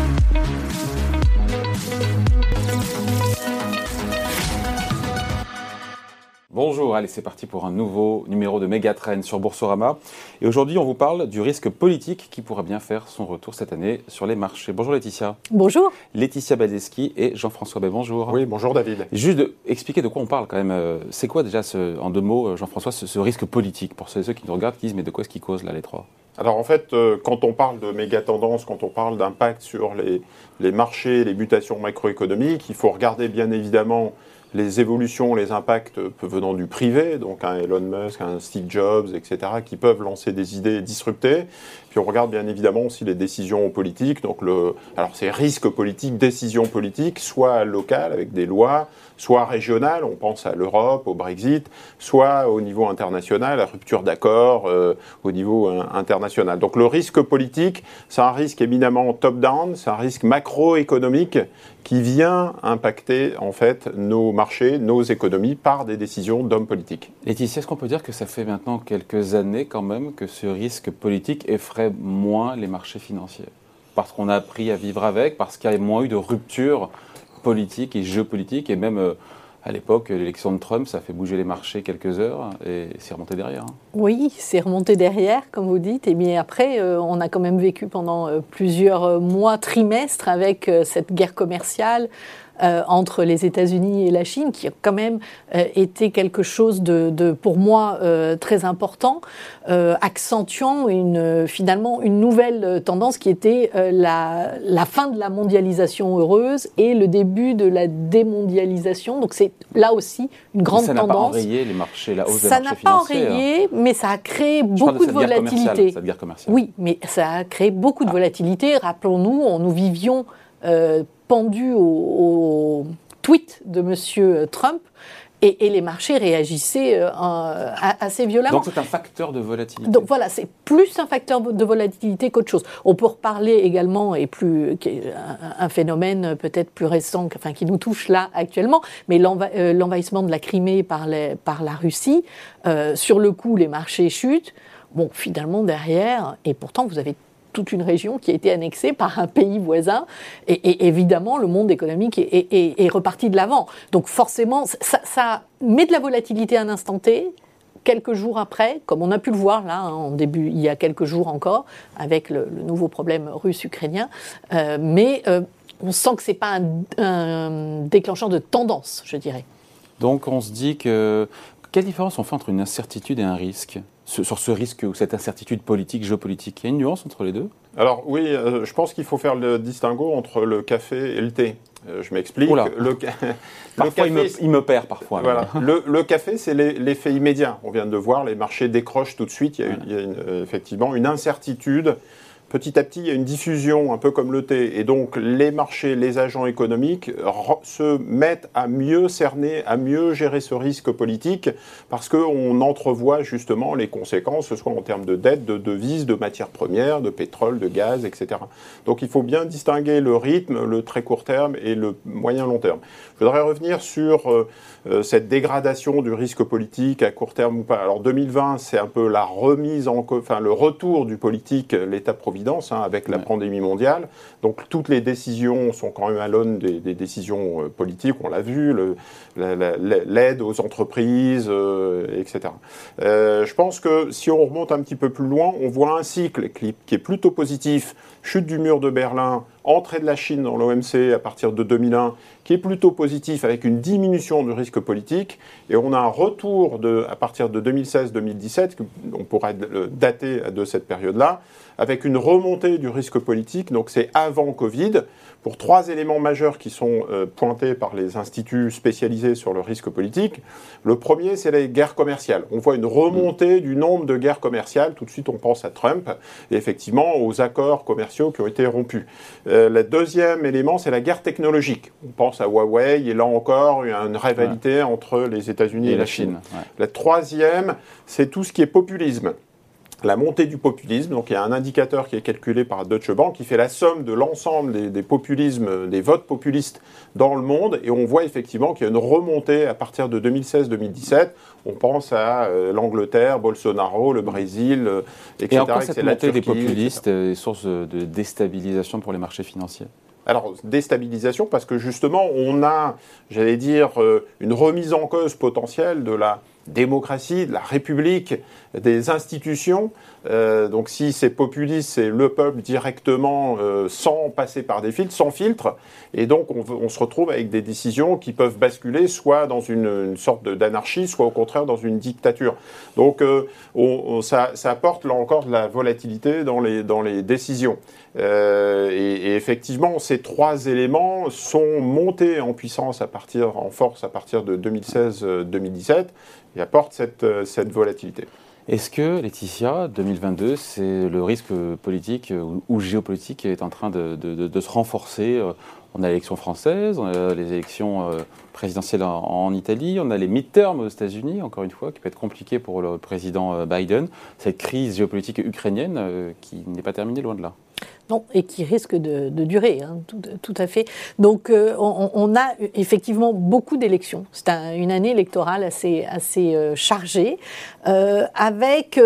Bonjour, allez c'est parti pour un nouveau numéro de Megatrend sur Boursorama. Et aujourd'hui on vous parle du risque politique qui pourrait bien faire son retour cette année sur les marchés. Bonjour Laetitia. Bonjour. Laetitia Badeski et Jean-François Bay, bonjour. Oui, bonjour David. Juste expliquer de quoi on parle quand même. C'est quoi déjà, en deux mots Jean-François, ce risque politique pour ceux qui nous regardent, qui disent mais de quoi est-ce qu'ils causent là les trois? Alors en fait, quand on parle de méga-tendance, quand on parle d'impact sur les marchés, les mutations macroéconomiques, il faut regarder bien évidemment les évolutions, les impacts venant du privé, donc un Elon Musk, un Steve Jobs, etc., qui peuvent lancer des idées disruptées. Puis on regarde bien évidemment aussi les décisions politiques, donc alors c'est risque politique, décision politique, soit locale avec des lois, soit régionale, on pense à l'Europe, au Brexit, soit au niveau international, la rupture d'accords au niveau international. Donc le risque politique, c'est un risque éminemment top-down, c'est un risque macroéconomique qui vient impacter en fait nos marchés, nos économies par des décisions d'hommes politiques. Laetitia, est-ce qu'on peut dire que ça fait maintenant quelques années quand même que ce risque politique effraie moins les marchés financiers? Parce qu'on a appris à vivre avec, parce qu'il y a moins eu de rupture politique et géopolitique, et même à l'époque, l'élection de Trump, ça a fait bouger les marchés quelques heures et c'est remonté derrière. Oui, c'est remonté derrière, comme vous dites. Et bien après, on a quand même vécu pendant plusieurs mois, trimestres, avec cette guerre commerciale entre les États-Unis et la Chine, qui a quand même été quelque chose pour moi, très important, accentuant finalement une nouvelle tendance qui était la fin de la mondialisation heureuse et le début de la démondialisation. Donc c'est là aussi une grande tendance. Ça n'a pas enrayé les marchés, la hausse des marchés financiers. Ça n'a pas enrayé, mais ça a créé beaucoup de volatilité. Cette guerre commerciale. Oui, mais ça a créé beaucoup de volatilité. Rappelons-nous, nous vivions pendu au tweet de M. Trump et les marchés réagissaient assez violemment. Donc c'est un facteur de volatilité. Donc voilà, c'est plus un facteur de volatilité qu'autre chose. On peut reparler également, un phénomène peut-être plus récent, qui nous touche là actuellement, mais l'envahissement de la Crimée par la Russie. Sur le coup, les marchés chutent. Bon, finalement, derrière, et pourtant vous avez toute une région qui a été annexée par un pays voisin, et évidemment le monde économique est reparti de l'avant. Donc forcément, ça met de la volatilité à un instant T. Quelques jours après, comme on a pu le voir là, il y a quelques jours encore, avec le nouveau problème russe-ukrainien, mais on sent que c'est pas un déclencheur de tendance, je dirais. Donc on se dit que quelle différence on fait entre une incertitude et un risque sur ce risque ou cette incertitude politique, géopolitique? Il y a une nuance entre les deux? Alors oui, je pense qu'il faut faire le distinguo entre le café et le thé. Je m'explique. Parfois, il me perd parfois. Voilà. Le café, c'est l'effet immédiat. On vient de voir, les marchés décrochent tout de suite. Il y a effectivement une incertitude. Petit à petit, il y a une diffusion, un peu comme le thé. Et donc, les marchés, les agents économiques se mettent à mieux cerner, à mieux gérer ce risque politique, parce qu'on entrevoit justement les conséquences, ce soit en termes de dette, de devises, de matières premières, de pétrole, de gaz, etc. Donc, il faut bien distinguer le rythme, le très court terme et le moyen-long terme. Je voudrais revenir sur cette dégradation du risque politique à court terme ou pas. Alors, 2020, c'est un peu la remise le retour du politique, l'État-providence, avec la pandémie mondiale. Donc, toutes les décisions sont quand même à l'aune des décisions politiques, on l'a vu, l'aide aux entreprises, etc. Je pense que si on remonte un petit peu plus loin, on voit un cycle qui est plutôt positif. Chute du mur de Berlin, entrée de la Chine dans l'OMC à partir de 2001, qui est plutôt positif avec une diminution du risque politique. Et on a un retour à partir de 2016-2017, on pourrait dater de cette période-là, avec une remontée du risque politique. Donc c'est avant Covid, pour 3 éléments majeurs qui sont pointés par les instituts spécialisés sur le risque politique. Le premier, c'est les guerres commerciales. On voit une remontée du nombre de guerres commerciales. Tout de suite, on pense à Trump et effectivement aux accords commerciaux qui ont été rompus. Le deuxième élément, c'est la guerre technologique. On pense à Huawei et là encore, il y a une rivalité entre les États-Unis et la Chine. Ouais. La troisième, c'est tout ce qui est populisme. la montée du populisme. Donc il y a un indicateur qui est calculé par Deutsche Bank qui fait la somme de l'ensemble des populismes, des votes populistes dans le monde, et on voit effectivement qu'il y a une remontée à partir de 2016-2017. On pense à l'Angleterre, Bolsonaro, le Brésil, etc. Et encore cette montée des Turquie, populistes est source de déstabilisation pour les marchés financiers. Alors, déstabilisation, parce que justement, on a, j'allais dire, une remise en cause potentielle de la démocratie, de la République, des institutions. Donc si c'est populiste, c'est le peuple directement, sans passer par des filtres, sans filtre. Et donc on se retrouve avec des décisions qui peuvent basculer soit dans une sorte d'anarchie, soit au contraire dans une dictature. Donc ça apporte là encore de la volatilité dans les décisions. Et effectivement, ces trois éléments sont montés en puissance en force à partir de 2016-2017 et apportent cette volatilité. Est-ce que, Laetitia, 2022, c'est le risque politique ou géopolitique qui est en train de se renforcer? On a l'élection française, on a les élections présidentielles en Italie, on a les midterms aux États-Unis, encore une fois, qui peut être compliqué pour le président Biden. Cette crise géopolitique ukrainienne qui n'est pas terminée, loin de là. Non, et qui risque de durer, hein, tout à fait. Donc, on a effectivement beaucoup d'élections. C'est une année électorale assez chargée, avec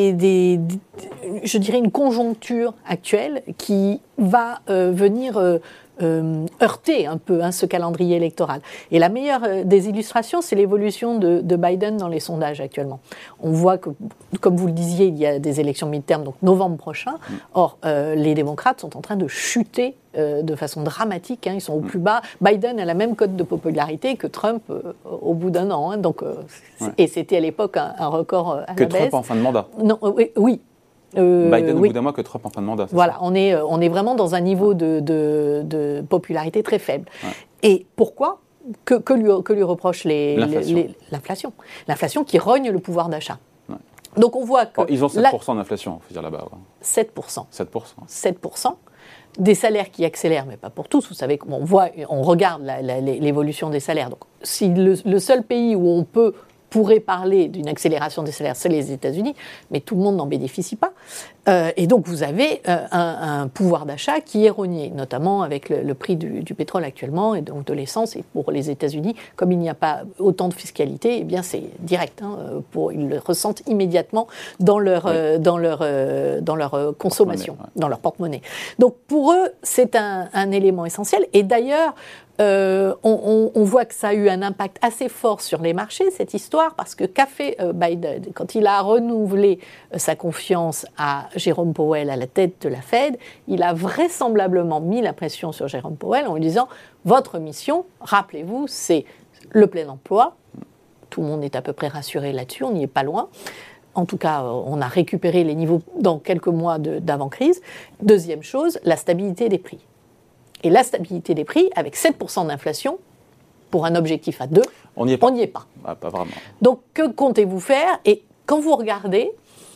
je dirais, une conjoncture actuelle qui va venir heurter un peu ce calendrier électoral. Et la meilleure des illustrations, c'est l'évolution de Biden dans les sondages actuellement. On voit que, comme vous le disiez, il y a des élections midterm, donc novembre prochain. Or, les démocrates sont en train de chuter de façon dramatique, hein, ils sont au plus bas. Biden a la même cote de popularité que Trump au bout d'un an. Hein, donc, et c'était à l'époque un record à la baisse. Que Trump en fin de mandat. Non, oui. Biden au bout d'un mois que Trump en fin de mandat. Voilà, ça. on est vraiment dans un niveau de popularité très faible. Ouais. Et pourquoi que lui reproche l'inflation. L'inflation qui rogne le pouvoir d'achat. Ouais. Donc on voit que... ils ont 7% d'inflation, il faut dire là-bas. Ouais. 7%. 7%. Des salaires qui accélèrent, mais pas pour tous. Vous savez, on regarde l'évolution des salaires. Donc si le seul pays où on pourrait parler d'une accélération des salaires, c'est les États-Unis, mais tout le monde n'en bénéficie pas. Et donc vous avez un pouvoir d'achat qui est rogné, notamment avec le prix du pétrole actuellement et donc de l'essence. Et pour les États-Unis, comme il n'y a pas autant de fiscalité, eh bien c'est direct. Hein, ils le ressentent immédiatement dans leur consommation, dans leur porte-monnaie. Donc pour eux, c'est un élément essentiel. Et d'ailleurs, on voit que ça a eu un impact assez fort sur les marchés, cette histoire, parce que qu'a fait Biden quand il a renouvelé sa confiance à Jérôme Powell à la tête de la Fed, il a vraisemblablement mis la pression sur Jérôme Powell en lui disant « Votre mission, rappelez-vous, c'est le plein emploi. » Tout le monde est à peu près rassuré là-dessus, on n'y est pas loin. En tout cas, on a récupéré les niveaux dans quelques mois d'avant-crise. Deuxième chose, la stabilité des prix. Et la stabilité des prix, avec 7% d'inflation, pour un objectif à 2, on n'y est pas. Ah, pas vraiment. Donc, que comptez-vous faire? Et quand vous regardez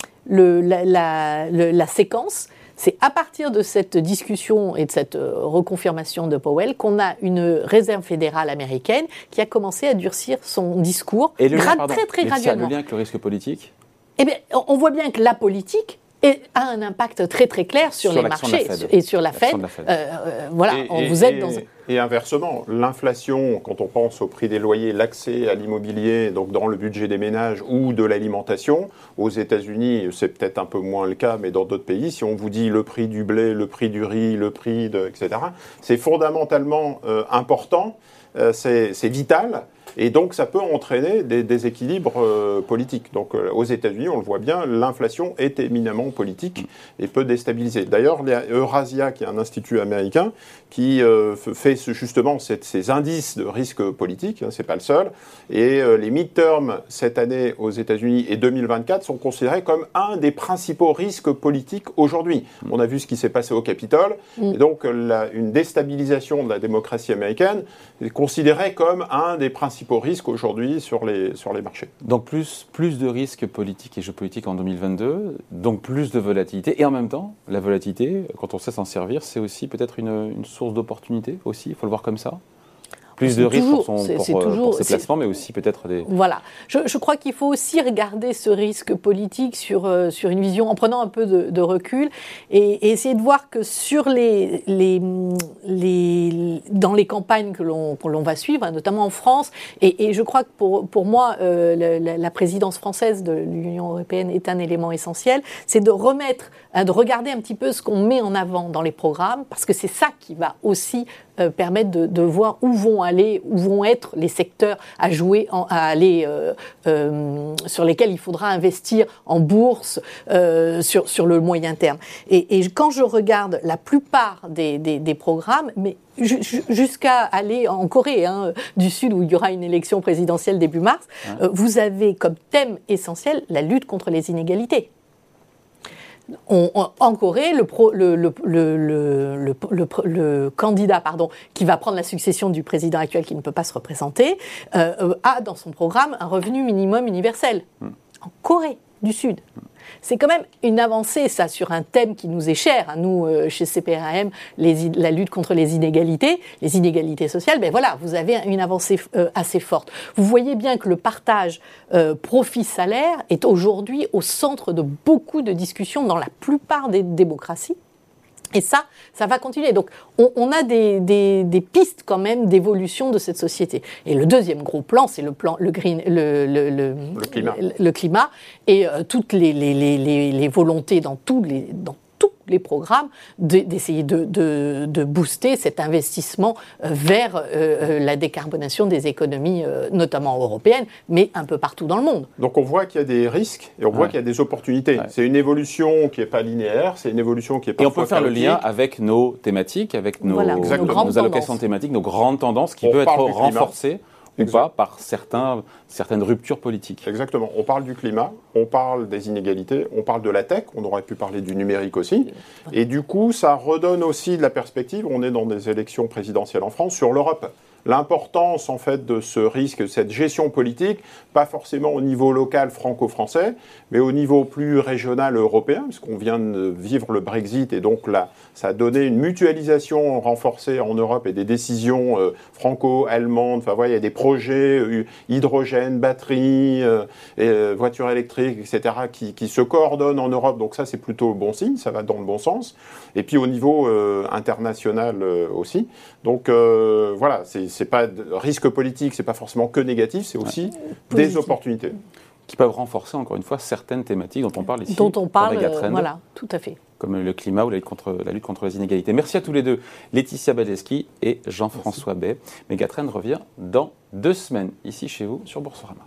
la séquence, c'est à partir de cette discussion et de cette reconfirmation de Powell qu'on a une réserve fédérale américaine qui a commencé à durcir son discours très graduellement. Le lien avec le risque politique? Eh bien, on voit bien que la politique a un impact très très clair sur les marchés et sur la Fed. Voilà, vous êtes dans... Et inversement, l'inflation, quand on pense au prix des loyers, l'accès à l'immobilier, donc dans le budget des ménages ou de l'alimentation, aux États-Unis, c'est peut-être un peu moins le cas, mais dans d'autres pays, si on vous dit le prix du blé, le prix du riz, le prix etc., c'est fondamentalement important, c'est vital. Et donc, ça peut entraîner des déséquilibres politiques. Donc, aux États-Unis, on le voit bien, l'inflation est éminemment politique et peut déstabiliser. D'ailleurs, il y a Eurasia, qui est un institut américain, qui fait justement ces indices de risque politique, hein, c'est pas le seul. Et les midterms, cette année, aux États-Unis et 2024, sont considérés comme un des principaux risques politiques aujourd'hui. On a vu ce qui s'est passé au Capitole. Et donc, une déstabilisation de la démocratie américaine est considérée comme un des principaux risques aujourd'hui sur les marchés. Donc plus de risques politiques et géopolitiques en 2022, donc plus de volatilité. Et en même temps, la volatilité, quand on sait s'en servir, c'est aussi peut-être une source d'opportunité aussi, il faut le voir comme ça. plus de risques pour ses placements, mais aussi peut-être des... Voilà. Je crois qu'il faut aussi regarder ce risque politique sur une vision, en prenant un peu de recul, et essayer de voir que sur dans les campagnes que l'on va suivre, hein, notamment en France, et je crois que pour moi, la présidence française de l'Union européenne est un élément essentiel, c'est de regarder un petit peu ce qu'on met en avant dans les programmes, parce que c'est ça qui va aussi permettre de voir où vont être les secteurs à jouer, sur lesquels il faudra investir en bourse sur le moyen terme. Et quand je regarde la plupart des programmes, mais jusqu'à aller en Corée du Sud, où il y aura une élection présidentielle début mars, vous avez comme thème essentiel la lutte contre les inégalités. En Corée, le candidat qui va prendre la succession du président actuel qui ne peut pas se représenter a dans son programme un revenu minimum universel. En Corée du Sud. C'est quand même une avancée, ça, sur un thème qui nous est cher, à nous, chez CPRAM, la lutte contre les inégalités sociales. Ben voilà, vous avez une avancée assez forte. Vous voyez bien que le partage profit-salaire est aujourd'hui au centre de beaucoup de discussions dans la plupart des démocraties. Et ça va continuer. Donc, on a des pistes quand même d'évolution de cette société. Et le deuxième gros plan, c'est le climat et toutes les volontés dans tous les programmes d'essayer de booster cet investissement vers la décarbonation des économies, notamment européennes, mais un peu partout dans le monde. Donc on voit qu'il y a des risques et on voit qu'il y a des opportunités. C'est une évolution qui n'est pas linéaire, c'est une évolution qui est parfois Et on peut faire chaotique. le lien avec nos thématiques, avec nos allocations thématiques, nos grandes tendances qui peuvent être renforcées ou pas par certaines ruptures politiques. Exactement. On parle du climat, on parle des inégalités, on parle de la tech, on aurait pu parler du numérique aussi. Et du coup, ça redonne aussi de la perspective, on est dans des élections présidentielles en France, sur l'Europe. L'importance, en fait, de ce risque, cette gestion politique, pas forcément au niveau local franco-français, mais au niveau plus régional européen, parce qu'on vient de vivre le Brexit, et donc là, ça a donné une mutualisation renforcée en Europe et des décisions franco-allemandes. Enfin, voilà, il y a des projets hydrogène, batterie, voitures électriques, etc., qui se coordonnent en Europe. Donc ça, c'est plutôt bon signe, ça va dans le bon sens. Et puis au niveau international aussi. Donc voilà, c'est pas risque politique, c'est pas forcément que négatif, c'est aussi des opportunités. Qui peuvent renforcer, encore une fois, certaines thématiques dont on parle ici. Dont on parle, voilà, tout à fait. Comme le climat ou la lutte contre les inégalités. Merci à tous les deux, Laetitia Badeski et Jean-François Bay. Megatrend revient dans 2 semaines, ici chez vous, sur Boursorama.